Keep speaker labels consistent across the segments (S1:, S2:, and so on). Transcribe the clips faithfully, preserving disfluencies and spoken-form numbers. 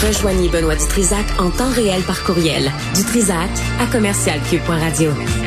S1: Rejoignez Benoît Dutrisac en temps réel par courriel. Dutrisac à commercial cube point radio.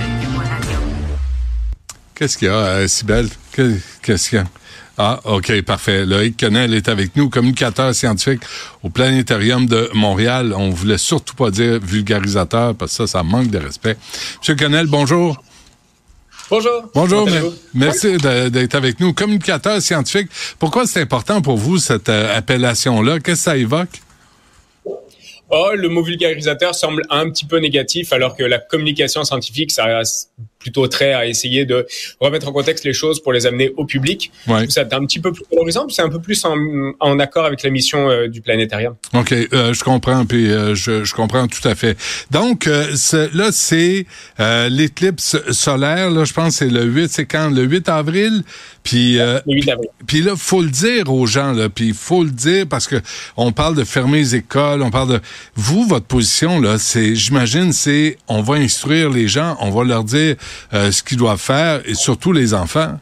S2: Qu'est-ce qu'il y a, euh, Cybèle? Qu'est-ce qu'il y a? Ah, OK, parfait. Loïc Quennel est avec nous, communicateur scientifique au Planétarium de Montréal. On voulait surtout pas dire vulgarisateur, parce que ça, ça manque de respect. Monsieur Quennel, bonjour.
S3: Bonjour.
S2: Bonjour, mais, merci de, d'être avec nous. Communicateur scientifique, pourquoi c'est important pour vous, cette euh, appellation-là? Qu'est-ce que ça évoque?
S3: Oh, le mot vulgarisateur semble un petit peu négatif, alors que la communication scientifique, ça a plutôt trait à essayer de remettre en contexte les choses pour les amener au public. Ouais. Ça est un petit peu plus valorisant, c'est un peu plus en, en accord avec la mission euh, du Planétarium.
S2: OK, euh, je comprends, puis euh, je, je comprends tout à fait. Donc, euh, c'est, là, c'est euh, l'éclipse solaire, là, je pense que c'est le huit, c'est quand? Le huit avril? Puis, euh,
S3: le huit avril.
S2: Puis là, faut le dire aux gens, là, puis il faut le dire parce que on parle de fermer les écoles, on parle de... Vous, votre position, là, c'est, j'imagine, c'est on va instruire les gens, on va leur dire euh, ce qu'ils doivent faire, et surtout les enfants.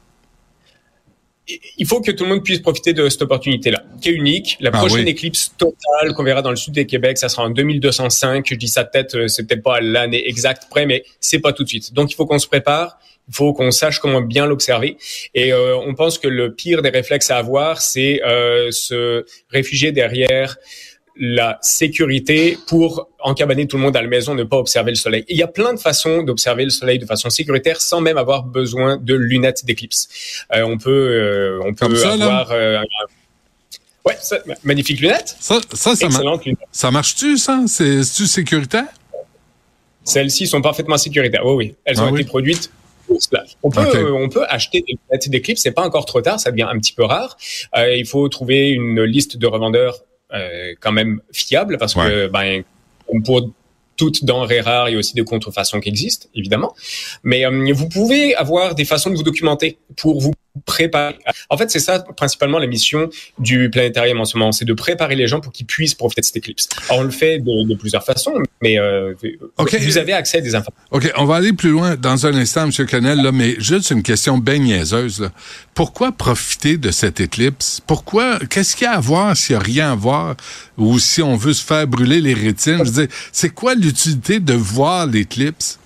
S3: Il faut que tout le monde puisse profiter de cette opportunité-là, qui est unique. La ah, prochaine oui. éclipse totale qu'on verra dans le sud du Québec, ça sera en deux mille deux cent cinq. Je dis ça de tête, c'est peut-être pas l'année exacte près, mais c'est pas tout de suite. Donc, il faut qu'on se prépare. Il faut qu'on sache comment bien l'observer. Et euh, on pense que le pire des réflexes à avoir, c'est euh, se réfugier derrière la sécurité pour encabaner tout le monde à la maison, ne pas observer le soleil. Et il y a plein de façons d'observer le soleil de façon sécuritaire sans même avoir besoin de lunettes d'éclipse. Euh, on peut, euh, on peut ça, avoir... Euh, ouais, ça, magnifique lunette.
S2: Ça, ça, ça, mar- ça marche-tu, ça? C'est, c'est-tu sécuritaire?
S3: Celles-ci sont parfaitement sécuritaires. Oui, oui. Elles ah, ont oui. été produites pour cela. On peut, okay. euh, on peut acheter des lunettes d'éclipse. C'est pas encore trop tard. Ça devient un petit peu rare. Euh, il faut trouver une liste de revendeurs Euh, quand même fiable parce ouais. que ben pour toutes denrées rares, il y a aussi des contrefaçons qui existent, évidemment. Mais euh, vous pouvez avoir des façons de vous documenter pour vous préparer. En fait, c'est ça principalement la mission du Planétarium en ce moment, c'est de préparer les gens pour qu'ils puissent profiter de cette éclipse. Alors, on le fait de, de plusieurs façons, mais euh, okay. vous avez accès à des informations.
S2: OK, on va aller plus loin dans un instant, M. Quennel, là, mais juste une question bien niaiseuse. Là. Pourquoi profiter de cette éclipse? Pourquoi? Qu'est-ce qu'il y a à voir s'il n'y a rien à voir ou si on veut se faire brûler les rétines? Je veux dire, c'est quoi l'utilité de voir l'éclipse?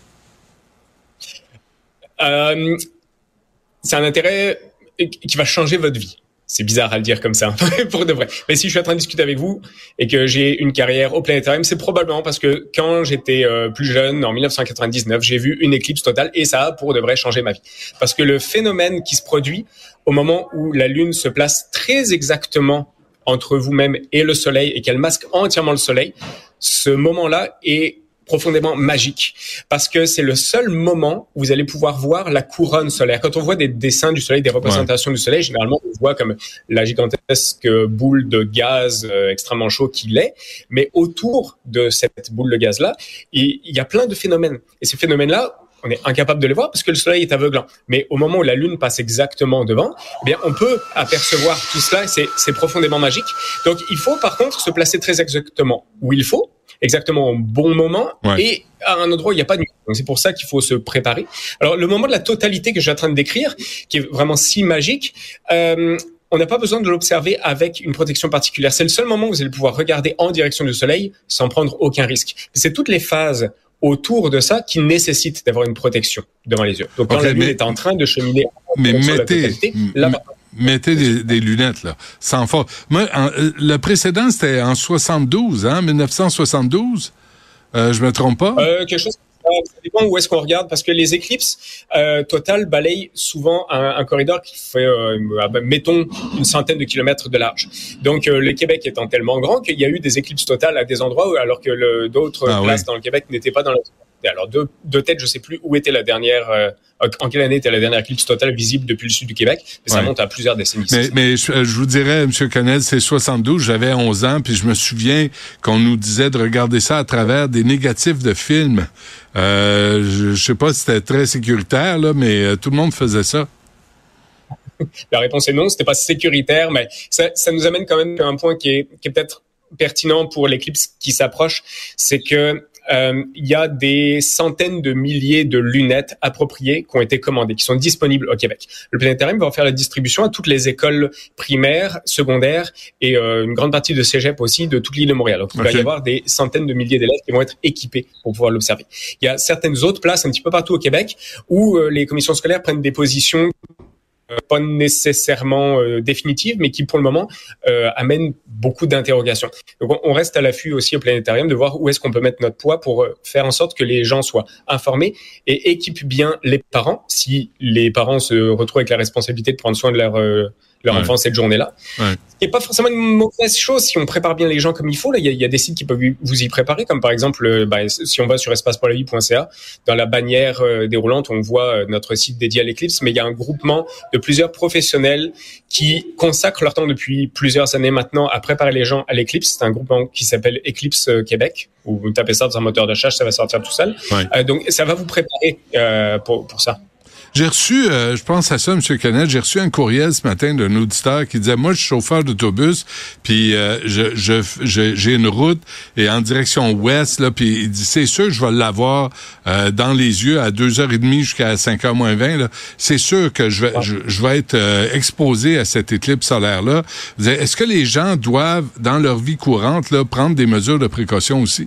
S3: Euh... C'est un intérêt qui va changer votre vie. C'est bizarre à le dire comme ça, pour de vrai. Mais si je suis en train de discuter avec vous et que j'ai une carrière au Planétarium, c'est probablement parce que quand j'étais euh, plus jeune, en dix-neuf cent quatre-vingt-dix-neuf, j'ai vu une éclipse totale et ça a pour de vrai changé ma vie. Parce que le phénomène qui se produit au moment où la Lune se place très exactement entre vous-même et le Soleil et qu'elle masque entièrement le Soleil, ce moment-là est profondément magique, parce que c'est le seul moment où vous allez pouvoir voir la couronne solaire. Quand on voit des dessins du Soleil, des représentations ouais. du Soleil, généralement, on voit comme la gigantesque boule de gaz euh, extrêmement chaud qu'il est, mais autour de cette boule de gaz-là, il, il y a plein de phénomènes. Et ces phénomènes-là, on est incapable de les voir parce que le Soleil est aveuglant. Mais au moment où la Lune passe exactement devant, eh bien, on peut apercevoir tout cela et c'est, c'est profondément magique. Donc, il faut par contre se placer très exactement où il faut, exactement au bon moment ouais. et à un endroit où il n'y a pas de nuit. Donc, c'est pour ça qu'il faut se préparer. Alors, le moment de la totalité que je suis en train de décrire, qui est vraiment si magique, euh, on n'a pas besoin de l'observer avec une protection particulière. C'est le seul moment où vous allez pouvoir regarder en direction du Soleil sans prendre aucun risque. C'est toutes les phases autour de ça qui nécessite d'avoir une protection devant les yeux. Donc, quand okay, la Lune est en train de cheminer
S2: mais
S3: sur
S2: mettez,
S3: la totalité, là,
S2: m- mettez des, des lunettes, là, sans faute. Moi, en, le précédent, c'était en soixante-douze, hein, dix-neuf cent soixante-douze. Euh, je me trompe pas?
S3: Euh, quelque chose ça dépend où est-ce qu'on regarde, parce que les éclipses euh, totales balayent souvent un, un corridor qui fait, euh, mettons, une centaine de kilomètres de large. Donc, euh, le Québec étant tellement grand qu'il y a eu des éclipses totales à des endroits où, alors que le, d'autres ah, places oui. dans le Québec n'étaient pas dans la... Alors, de, de tête, je sais plus où était la dernière, euh, en quelle année était la dernière éclipse totale visible depuis le sud du Québec, mais ouais. ça monte à plusieurs décennies.
S2: Mais, mais je, je vous dirais, M. Quennel, c'est soixante-douze, j'avais onze ans, puis je me souviens qu'on nous disait de regarder ça à travers des négatifs de films. Euh, je, je sais pas si c'était très sécuritaire, là, mais euh, tout le monde faisait ça.
S3: La réponse est non, c'était pas sécuritaire, mais ça, ça nous amène quand même à un point qui est, qui est peut-être pertinent pour l'éclipse qui s'approche, c'est que euh, il y a des centaines de milliers de lunettes appropriées qui ont été commandées, qui sont disponibles au Québec. Le Planétarium va en faire la distribution à toutes les écoles primaires, secondaires et euh, une grande partie de cégep aussi de toute l'île de Montréal. Donc, il okay. va y avoir des centaines de milliers d'élèves qui vont être équipés pour pouvoir l'observer. Il y a certaines autres places un petit peu partout au Québec où euh, les commissions scolaires prennent des positions pas nécessairement euh, définitive, mais qui pour le moment euh, amène beaucoup d'interrogations. Donc on reste à l'affût aussi au Planétarium de voir où est-ce qu'on peut mettre notre poids pour euh, faire en sorte que les gens soient informés et équipent bien les parents, si les parents se retrouvent avec la responsabilité de prendre soin de leur euh, leur ouais. enfant cette journée-là. Ouais. Ce qui n'est pas forcément une mauvaise chose si on prépare bien les gens comme il faut. Là, il y a, il y a des sites qui peuvent vous y préparer, comme par exemple, euh, bah, si on va sur espace pour la vie point c a, dans la bannière euh, déroulante, on voit euh, notre site dédié à l'éclipse, mais il y a un groupement de plusieurs professionnels qui consacrent leur temps depuis plusieurs années maintenant à préparer les gens à l'éclipse. C'est un groupement qui s'appelle Éclipse Québec, où vous tapez ça dans un moteur de recherche, ça va sortir tout seul. Ouais. Euh, donc, ça va vous préparer euh, pour, pour ça.
S2: J'ai reçu, euh, je pense à ça, M. Canel, j'ai reçu un courriel ce matin d'un auditeur qui disait, moi, je suis chauffeur d'autobus, puis euh, je, je, je, j'ai une route et en direction ouest, là, puis il dit, c'est sûr que je vais l'avoir euh, dans les yeux à deux heures trente jusqu'à cinq heures moins vingt. Là. C'est sûr que je vais, je, je vais être euh, exposé à cette éclipse solaire-là. Est-ce que les gens doivent, dans leur vie courante, là, prendre des mesures de précaution aussi?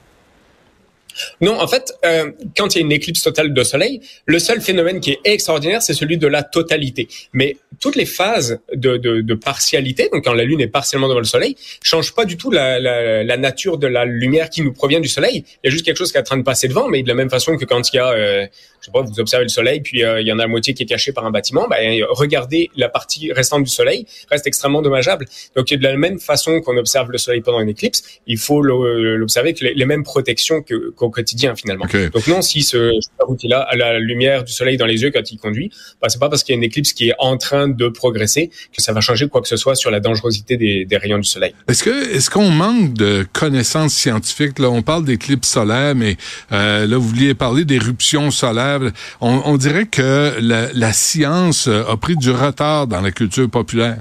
S3: Non, en fait, euh, quand il y a une éclipse totale de soleil, le seul phénomène qui est extraordinaire, c'est celui de la totalité. Mais toutes les phases de, de, de partialité, donc quand la Lune est partiellement devant le soleil, changent pas du tout la, la, la nature de la lumière qui nous provient du soleil. Il y a juste quelque chose qui est en train de passer devant, mais de la même façon que quand il y a, euh, je sais pas, vous observez le soleil, puis euh, il y en a la moitié qui est cachée par un bâtiment, ben, regardez la partie restante du soleil reste extrêmement dommageable. Donc, de la même façon qu'on observe le soleil pendant une éclipse, il faut l'observer avec les, les mêmes protections que, qu'au quotidien finalement. Okay. Donc non, si ce outil-là a la lumière du soleil dans les yeux quand il conduit, bah, c'est pas parce qu'il y a une éclipse qui est en train de progresser que ça va changer quoi que ce soit sur la dangerosité des, des rayons du soleil.
S2: Est-ce que est-ce qu'on manque de connaissances scientifiques? Là, on parle d'éclipse solaire, mais euh, là, vous vouliez parler d'éruption solaire. On, on dirait que la, la science a pris du retard dans la culture populaire.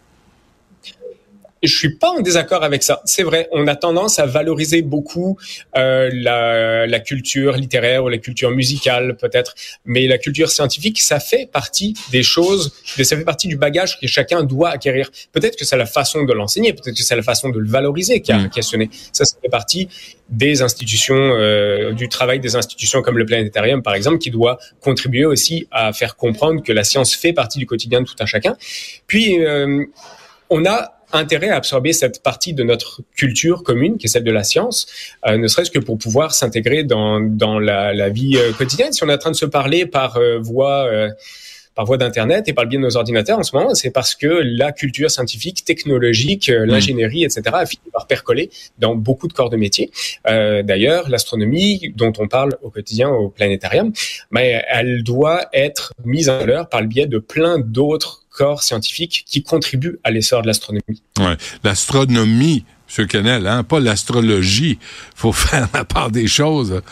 S3: Je suis pas en désaccord avec ça. C'est vrai, on a tendance à valoriser beaucoup euh, la, la culture littéraire ou la culture musicale peut-être, mais la culture scientifique, ça fait partie des choses, ça fait partie du bagage que chacun doit acquérir. Peut-être que c'est la façon de l'enseigner, peut-être que c'est la façon de le valoriser qui a mmh. questionné. Ça, ça fait partie des institutions, euh, du travail des institutions comme le Planétarium, par exemple, qui doit contribuer aussi à faire comprendre que la science fait partie du quotidien de tout un chacun. Puis, euh, on a intérêt à absorber cette partie de notre culture commune, qui est celle de la science, euh, ne serait-ce que pour pouvoir s'intégrer dans, dans la, la vie euh, quotidienne. Si on est en train de se parler par euh, voie... Euh, par voie d'internet et par le biais de nos ordinateurs en ce moment, c'est parce que la culture scientifique, technologique, euh, l'ingénierie, et cetera a fini par percoler dans beaucoup de corps de métier. Euh, d'ailleurs, l'astronomie, dont on parle au quotidien au Planétarium, mais elle doit être mise en valeur par le biais de plein d'autres corps scientifiques qui contribuent à l'essor de l'astronomie.
S2: Ouais, l'astronomie, M. Canel, hein, pas l'astrologie. Faut faire la part des choses.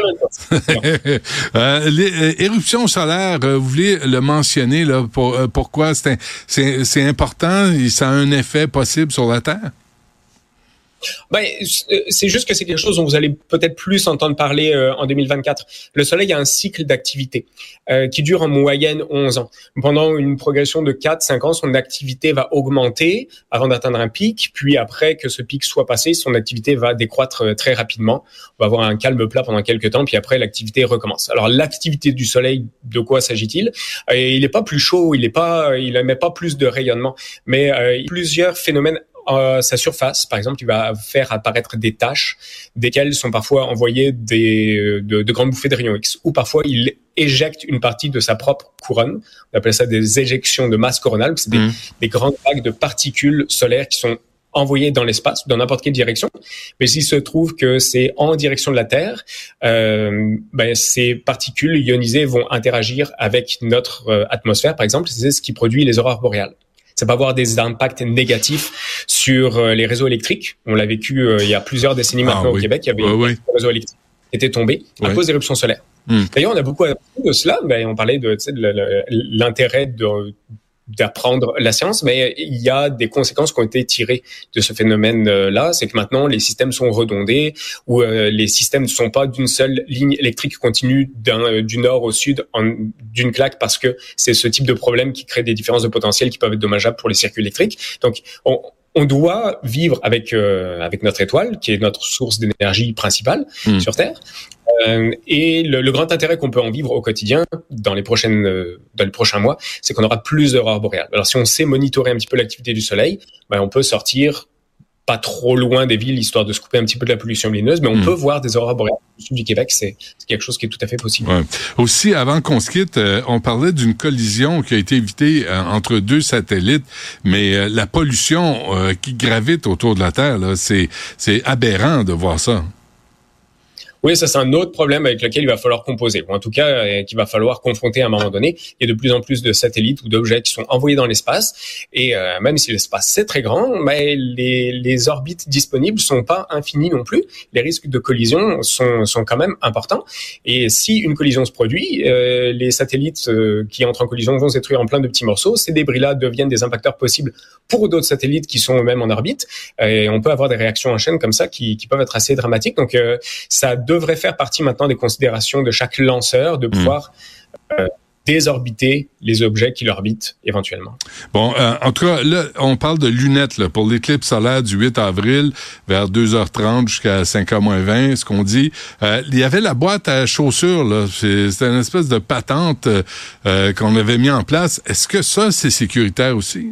S2: euh, L'éruption solaire, vous voulez le mentionner là, pour, euh, pourquoi c'est, c'est, c'est important et ça a un effet possible sur la Terre?
S3: Ben, c'est juste que c'est quelque chose dont vous allez peut-être plus entendre parler euh, en deux mille vingt-quatre. Le Soleil a un cycle d'activité euh, qui dure en moyenne onze ans. Pendant une progression de quatre à cinq ans, son activité va augmenter avant d'atteindre un pic. Puis après que ce pic soit passé, son activité va décroître euh, très rapidement. On va avoir un calme plat pendant quelques temps, puis après l'activité recommence. Alors l'activité du Soleil, de quoi s'agit-il? Et il n'est pas plus chaud, il n'est pas, il émet pas plus de rayonnement, mais euh, plusieurs phénomènes. Euh, sa surface, par exemple, il va faire apparaître des taches, desquelles sont parfois envoyées des, de, de grandes bouffées de rayons X, ou parfois il éjecte une partie de sa propre couronne. On appelle ça des éjections de masse coronale, c'est des, mmh. des grandes vagues de particules solaires qui sont envoyées dans l'espace, dans n'importe quelle direction. Mais s'il se trouve que c'est en direction de la Terre, euh, ben, ces particules ionisées vont interagir avec notre euh, atmosphère, par exemple. C'est ce qui produit les aurores boréales. Ça peut avoir des impacts négatifs sur euh, les réseaux électriques. On l'a vécu euh, il y a plusieurs décennies maintenant ah, oui. au Québec. Il y avait
S2: oui, oui.
S3: des réseaux électriques qui étaient tombés oui. à cause d'éruptions solaires. Mmh. D'ailleurs, on a beaucoup appris de cela. Ben, on parlait de, tu sais, de l'intérêt de, d'apprendre la science, mais il y a des conséquences qui ont été tirées de ce phénomène-là. C'est que maintenant, les systèmes sont redondés, ou euh, les systèmes ne sont pas d'une seule ligne électrique continue d'un, du nord au sud en, d'une claque, parce que c'est ce type de problème qui crée des différences de potentiel qui peuvent être dommageables pour les circuits électriques. Donc, on, on doit vivre avec euh, avec notre étoile, qui est notre source d'énergie principale mmh. sur Terre. Euh, et le, le grand intérêt qu'on peut en vivre au quotidien dans les prochaines, euh, dans les prochains mois, c'est qu'on aura plus d'aurores boréales. Alors, si on sait monitorer un petit peu l'activité du soleil, ben, on peut sortir pas trop loin des villes, histoire de se couper un petit peu de la pollution lumineuse, mais on mmh. peut voir des aurores boréales au sud du Québec. C'est, c'est quelque chose qui est tout à fait possible.
S2: Ouais. Aussi, avant qu'on se quitte, euh, on parlait d'une collision qui a été évitée euh, entre deux satellites, mais euh, la pollution euh, qui gravite autour de la Terre, là, c'est, c'est aberrant de voir ça.
S3: Oui, ça c'est un autre problème avec lequel il va falloir composer, ou en tout cas euh, qu'il va falloir confronter à un moment donné. Il y a de plus en plus de satellites ou d'objets qui sont envoyés dans l'espace, et euh, même si l'espace c'est très grand, mais les, les orbites disponibles sont pas infinies non plus. Les risques de collision sont, sont quand même importants, et si une collision se produit, euh, les satellites euh, qui entrent en collision vont se détruire en plein de petits morceaux. Ces débris-là deviennent des impacteurs possibles pour d'autres satellites qui sont eux-mêmes en orbite, et on peut avoir des réactions en chaîne comme ça qui, qui peuvent être assez dramatiques. Donc euh, ça devrait faire partie maintenant des considérations de chaque lanceur de pouvoir mmh. euh, désorbiter les objets qui l'orbitent éventuellement.
S2: Bon, euh, en tout cas, là, on parle de lunettes là, pour l'éclipse solaire du huit avril vers deux heures trente jusqu'à cinq heures moins vingt, ce qu'on dit. Euh, il y avait la boîte à chaussures, là. C'est, c'était une espèce de patente euh, qu'on avait mis en place. Est-ce que ça, c'est sécuritaire aussi?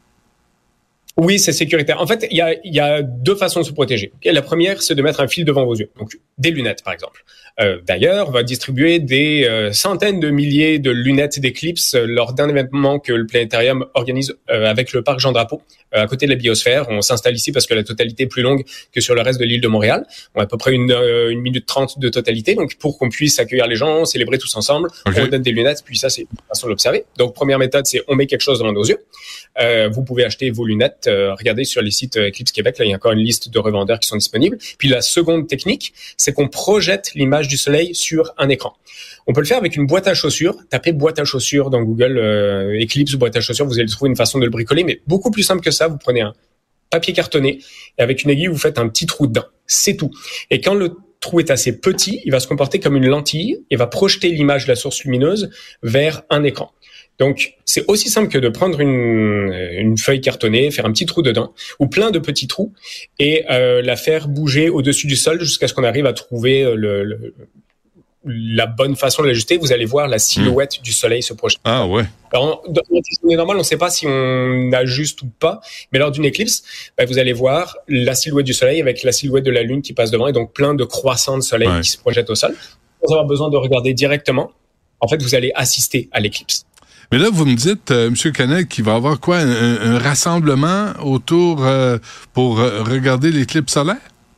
S3: Oui, c'est sécuritaire. En fait, il y a, il y a deux façons de se protéger. La première, c'est de mettre un fil devant vos yeux. Donc, des lunettes, par exemple. Euh, d'ailleurs, on va distribuer des euh, centaines de milliers de lunettes d'éclipse euh, lors d'un événement que le planétarium organise euh, avec le parc Jean Drapeau, euh, à côté de la biosphère. On s'installe ici parce que la totalité est plus longue que sur le reste de l'île de Montréal. On a à peu près une, euh, une minute trente de totalité. Donc, pour qu'on puisse accueillir les gens, célébrer tous ensemble, okay. on donne des lunettes. Puis ça, c'est une façon de l'observer. Donc, première méthode, c'est on met quelque chose devant nos yeux. Euh, vous pouvez acheter vos lunettes. Euh, regardez sur les sites euh, Eclipse Québec. Là, il y a encore une liste de revendeurs qui sont disponibles. Puis la seconde technique, c'est qu'on projette l'image du soleil sur un écran. On peut le faire avec une boîte à chaussures. Tapez boîte à chaussures dans Google, euh, Eclipse boîte à chaussures. Vous allez trouver une façon de le bricoler, mais beaucoup plus simple que ça. Vous prenez un papier cartonné et avec une aiguille, vous faites un petit trou dedans. C'est tout. Et quand le trou est assez petit, il va se comporter comme une lentille et va projeter l'image de la source lumineuse vers un écran. Donc, c'est aussi simple que de prendre une, une feuille cartonnée, faire un petit trou dedans, ou plein de petits trous, et euh, la faire bouger au-dessus du sol jusqu'à ce qu'on arrive à trouver le, le, la bonne façon de l'ajuster. Vous allez voir la silhouette mmh. du soleil se projeter.
S2: Ah ouais.
S3: Alors, dans une normale, on ne sait pas si on ajuste ou pas, mais lors d'une éclipse, bah, vous allez voir la silhouette du soleil avec la silhouette de la lune qui passe devant, et donc plein de croissants de soleil ouais. qui se projettent au sol. Sans avoir besoin de regarder directement, en fait, vous allez assister à l'éclipse.
S2: Mais là, vous me dites, euh, M. Canet, qu'il va y avoir quoi, un, un rassemblement autour euh, pour euh, regarder l'éclipse solaire?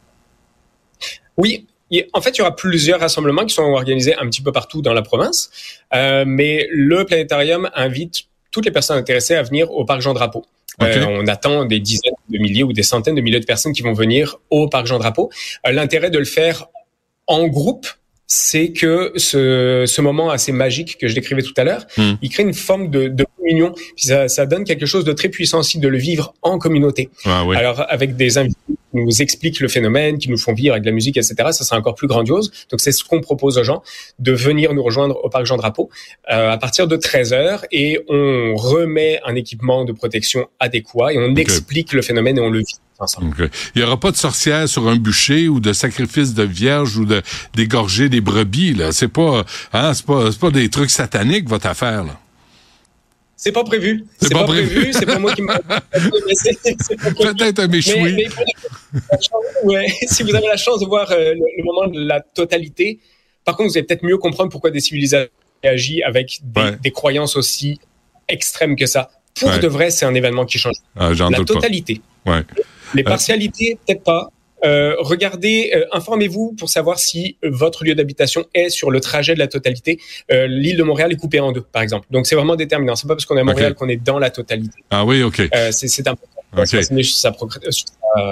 S3: Oui. En fait, il y aura plusieurs rassemblements qui sont organisés un petit peu partout dans la province, euh, mais le planétarium invite toutes les personnes intéressées à venir au parc Jean Drapeau. Okay. Euh, on attend des dizaines de milliers ou des centaines de milliers de personnes qui vont venir au parc Jean Drapeau. Euh, l'intérêt de le faire en groupe, c'est que ce, ce moment assez magique que je décrivais tout à l'heure, mmh. il crée une forme de, de communion. Puis ça, ça donne quelque chose de très puissant aussi de le vivre en communauté. Ah, oui. Alors, avec des invités qui nous expliquent le phénomène, qui nous font vivre avec de la musique, et cetera, ça sera encore plus grandiose. Donc, c'est ce qu'on propose aux gens, de venir nous rejoindre au parc Jean Drapeau euh, à partir de treize heures, et on remet un équipement de protection adéquat, et on okay. explique le phénomène et on le vit.
S2: Okay. Il n'y aura pas de sorcière sur un bûcher ou de sacrifice de vierge ou de d'égorger des brebis, là. C'est pas, hein, c'est pas, c'est pas des trucs sataniques, votre affaire, là.
S3: C'est pas prévu.
S2: C'est,
S3: c'est
S2: pas,
S3: pas
S2: prévu.
S3: prévu. C'est pas moi qui m'a. c'est, c'est
S2: Peut-être un méchoui.
S3: Mais, mais ouais, si vous avez la chance de voir euh, le, le moment de la totalité, par contre, vous allez peut-être mieux comprendre pourquoi des civilisations agissent avec des, ouais. des croyances aussi extrêmes que ça. Pour ouais. de vrai, c'est un événement qui change.
S2: Ah,
S3: la totalité.
S2: Ouais.
S3: Les partialités, euh... peut-être pas. Euh, regardez, euh, informez-vous pour savoir si euh, votre lieu d'habitation est sur le trajet de la totalité. Euh, l'île de Montréal est coupée en deux, par exemple. Donc, c'est vraiment déterminant. C'est pas parce qu'on est à Montréal okay. qu'on est dans la totalité.
S2: Ah oui, OK.
S3: Euh, c'est, c'est important. Okay. Ça, sur, sa, sur, sa,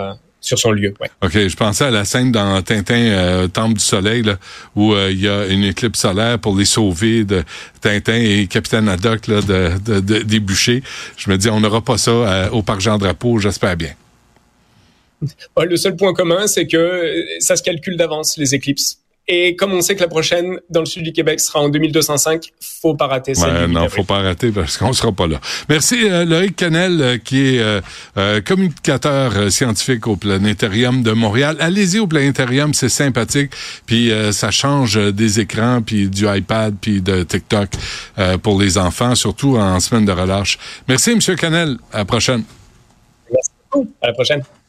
S3: sur son lieu. Ouais.
S2: OK, je pensais à la scène dans Tintin, euh, Temple du Soleil, là, où euh, il y a une éclipse solaire pour les sauver de Tintin et Capitaine Haddock là, de, de, de, des bûchers. Je me dis, on n'aura pas ça euh, au Parc Jean-Drapeau, j'espère bien.
S3: Le seul point commun, c'est que ça se calcule d'avance, les éclipses. Et comme on sait que la prochaine, dans le sud du Québec, sera en deux mille deux cent cinq, faut pas rater celle
S2: ouais,
S3: du
S2: non,
S3: avril.
S2: faut pas rater parce qu'on sera pas là. Merci euh, Loïc Canel, euh, qui est euh, euh, communicateur euh, scientifique au Planétarium de Montréal. Allez-y au Planétarium, c'est sympathique. Puis euh, ça change des écrans, puis du iPad, puis de TikTok euh, pour les enfants, surtout en semaine de relâche. Merci, Monsieur Canel. À la prochaine.
S3: Merci beaucoup. À la prochaine.